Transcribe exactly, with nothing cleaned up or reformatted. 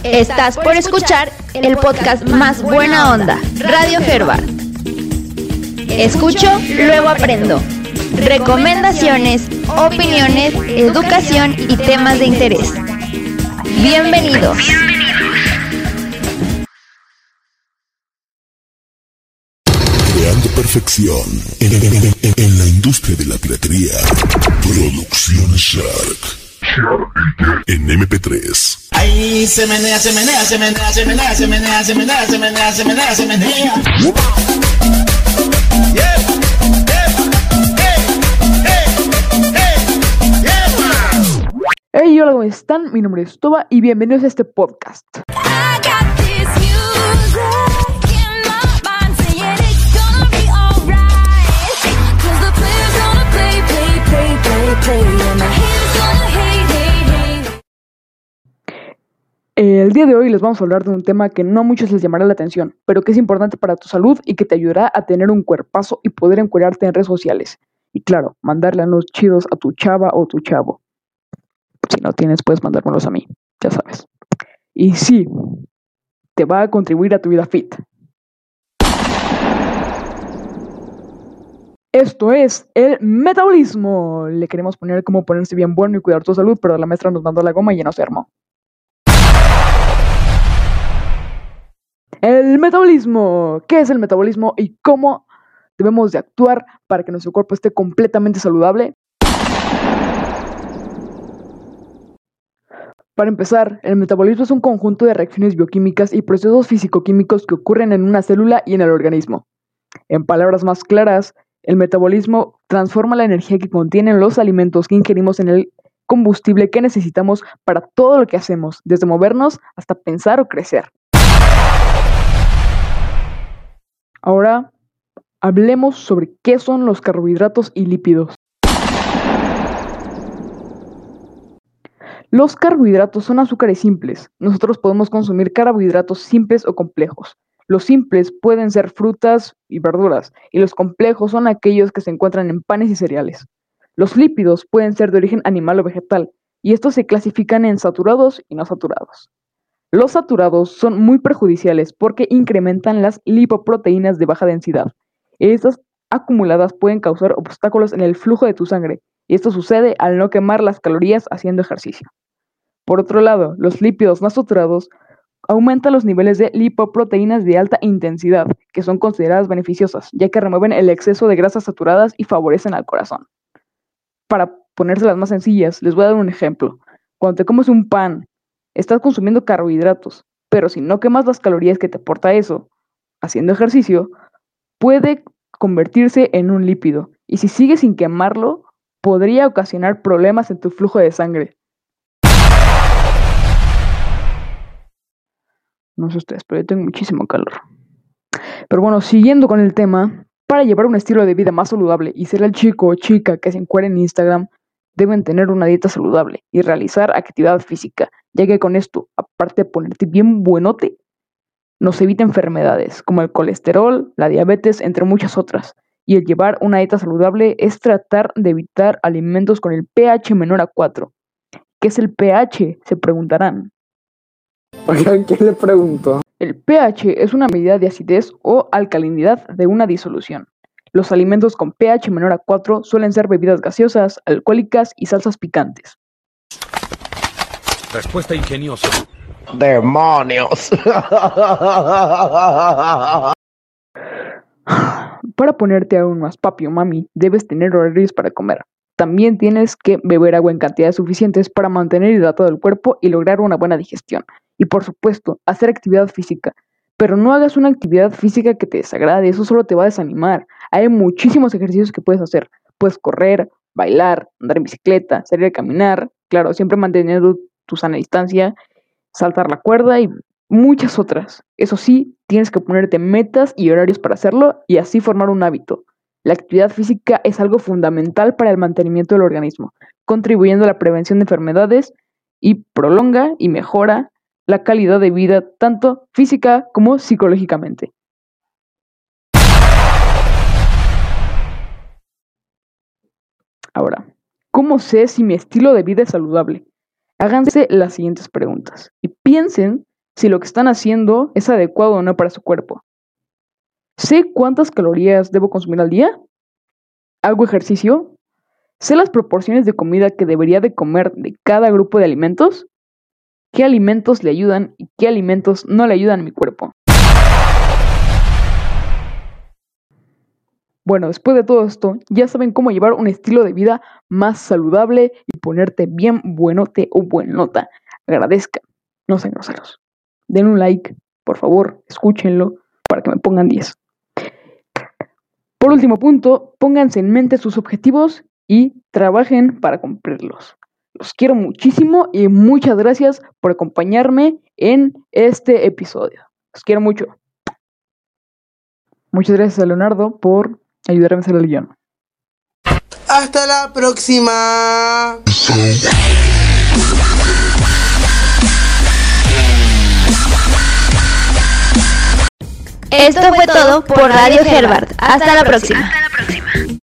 Estás por escuchar el podcast más buena onda, Radio Herbar. Escucho, luego aprendo. Recomendaciones, opiniones, educación y temas de interés. Bienvenidos. Creando perfección en, en, en, en la industria de la piratería. Producciones Shark. En eme pe tres. Ahí se menea, se menea, se menea, se menea, se menea, se menea, se menea, se menea, se menea. Hey, hola, ¿cómo están? Mi nombre es Toba y bienvenidos a este podcast. El día de hoy les vamos a hablar de un tema que no a muchos les llamará la atención, pero que es importante para tu salud y que te ayudará a tener un cuerpazo y poder encuerarte en redes sociales. Y claro, mandarle a los chidos a tu chava o tu chavo. Si no tienes, puedes mandármelos a mí, ya sabes. Y sí, te va a contribuir a tu vida fit. Esto es el metabolismo. Le queremos poner cómo ponerse bien bueno y cuidar tu salud, pero la maestra nos mandó la goma y ya no se armó. El metabolismo. ¿Qué es el metabolismo y cómo debemos de actuar para que nuestro cuerpo esté completamente saludable? Para empezar, el metabolismo es un conjunto de reacciones bioquímicas y procesos físico-químicos que ocurren en una célula y en el organismo. En palabras más claras, el metabolismo transforma la energía que contienen los alimentos que ingerimos en el combustible que necesitamos para todo lo que hacemos, desde movernos hasta pensar o crecer. Ahora, hablemos sobre qué son los carbohidratos y lípidos. Los carbohidratos son azúcares simples. Nosotros podemos consumir carbohidratos simples o complejos. Los simples pueden ser frutas y verduras, y los complejos son aquellos que se encuentran en panes y cereales. Los lípidos pueden ser de origen animal o vegetal, y estos se clasifican en saturados y no saturados. Los saturados son muy perjudiciales porque incrementan las lipoproteínas de baja densidad. Estas acumuladas pueden causar obstáculos en el flujo de tu sangre, y esto sucede al no quemar las calorías haciendo ejercicio. Por otro lado, los lípidos no saturados aumentan los niveles de lipoproteínas de alta intensidad, que son consideradas beneficiosas, ya que remueven el exceso de grasas saturadas y favorecen al corazón. Para ponérselas más sencillas, les voy a dar un ejemplo. Cuando te comes un pan, estás consumiendo carbohidratos, pero si no quemas las calorías que te aporta eso, haciendo ejercicio, puede convertirse en un lípido, y si sigues sin quemarlo, podría ocasionar problemas en tu flujo de sangre. No sé ustedes, pero yo tengo muchísimo calor. Pero bueno, siguiendo con el tema, para llevar un estilo de vida más saludable y ser el chico o chica que se encuentre en Instagram, deben tener una dieta saludable y realizar actividad física, ya que con esto, aparte de ponerte bien buenote, nos evita enfermedades como el colesterol, la diabetes, entre muchas otras. Y el llevar una dieta saludable es tratar de evitar alimentos con el pH menor a cuatro. ¿Qué es el pH? Se preguntarán. Oigan, ¿quién le preguntó? El pH es una medida de acidez o alcalinidad de una disolución. Los alimentos con pH menor a cuatro suelen ser bebidas gaseosas, alcohólicas y salsas picantes. Respuesta ingeniosa. ¡Demonios! Para ponerte aún más papi o mami, debes tener horarios para comer. También tienes que beber agua en cantidades suficientes para mantener hidratado el cuerpo y lograr una buena digestión. Y por supuesto, hacer actividad física. Pero no hagas una actividad física que te desagrade, eso solo te va a desanimar. Hay muchísimos ejercicios que puedes hacer. Puedes correr, bailar, andar en bicicleta, salir a caminar, claro, siempre manteniendo tu sana distancia, saltar la cuerda y muchas otras. Eso sí, tienes que ponerte metas y horarios para hacerlo y así formar un hábito. La actividad física es algo fundamental para el mantenimiento del organismo, contribuyendo a la prevención de enfermedades y prolonga y mejora la calidad de vida tanto física como psicológicamente. Ahora, ¿cómo sé si mi estilo de vida es saludable? Háganse las siguientes preguntas y piensen si lo que están haciendo es adecuado o no para su cuerpo. ¿Sé cuántas calorías debo consumir al día? ¿Hago ejercicio? ¿Sé las proporciones de comida que debería de comer de cada grupo de alimentos? ¿Qué alimentos le ayudan y qué alimentos no le ayudan a mi cuerpo? Bueno, después de todo esto, ya saben cómo llevar un estilo de vida más saludable y ponerte bien buenote o buenota. Agradezcan, no sean groseros. Den un like, por favor, escúchenlo para que me pongan diez. Por último punto, pónganse en mente sus objetivos y trabajen para cumplirlos. Los quiero muchísimo y muchas gracias por acompañarme en este episodio. Los quiero mucho. Muchas gracias a Leonardo por ayudarme a hacer el guión. Hasta la próxima. Esto fue todo por Radio Herbart. Hasta la próxima. Hasta la próxima.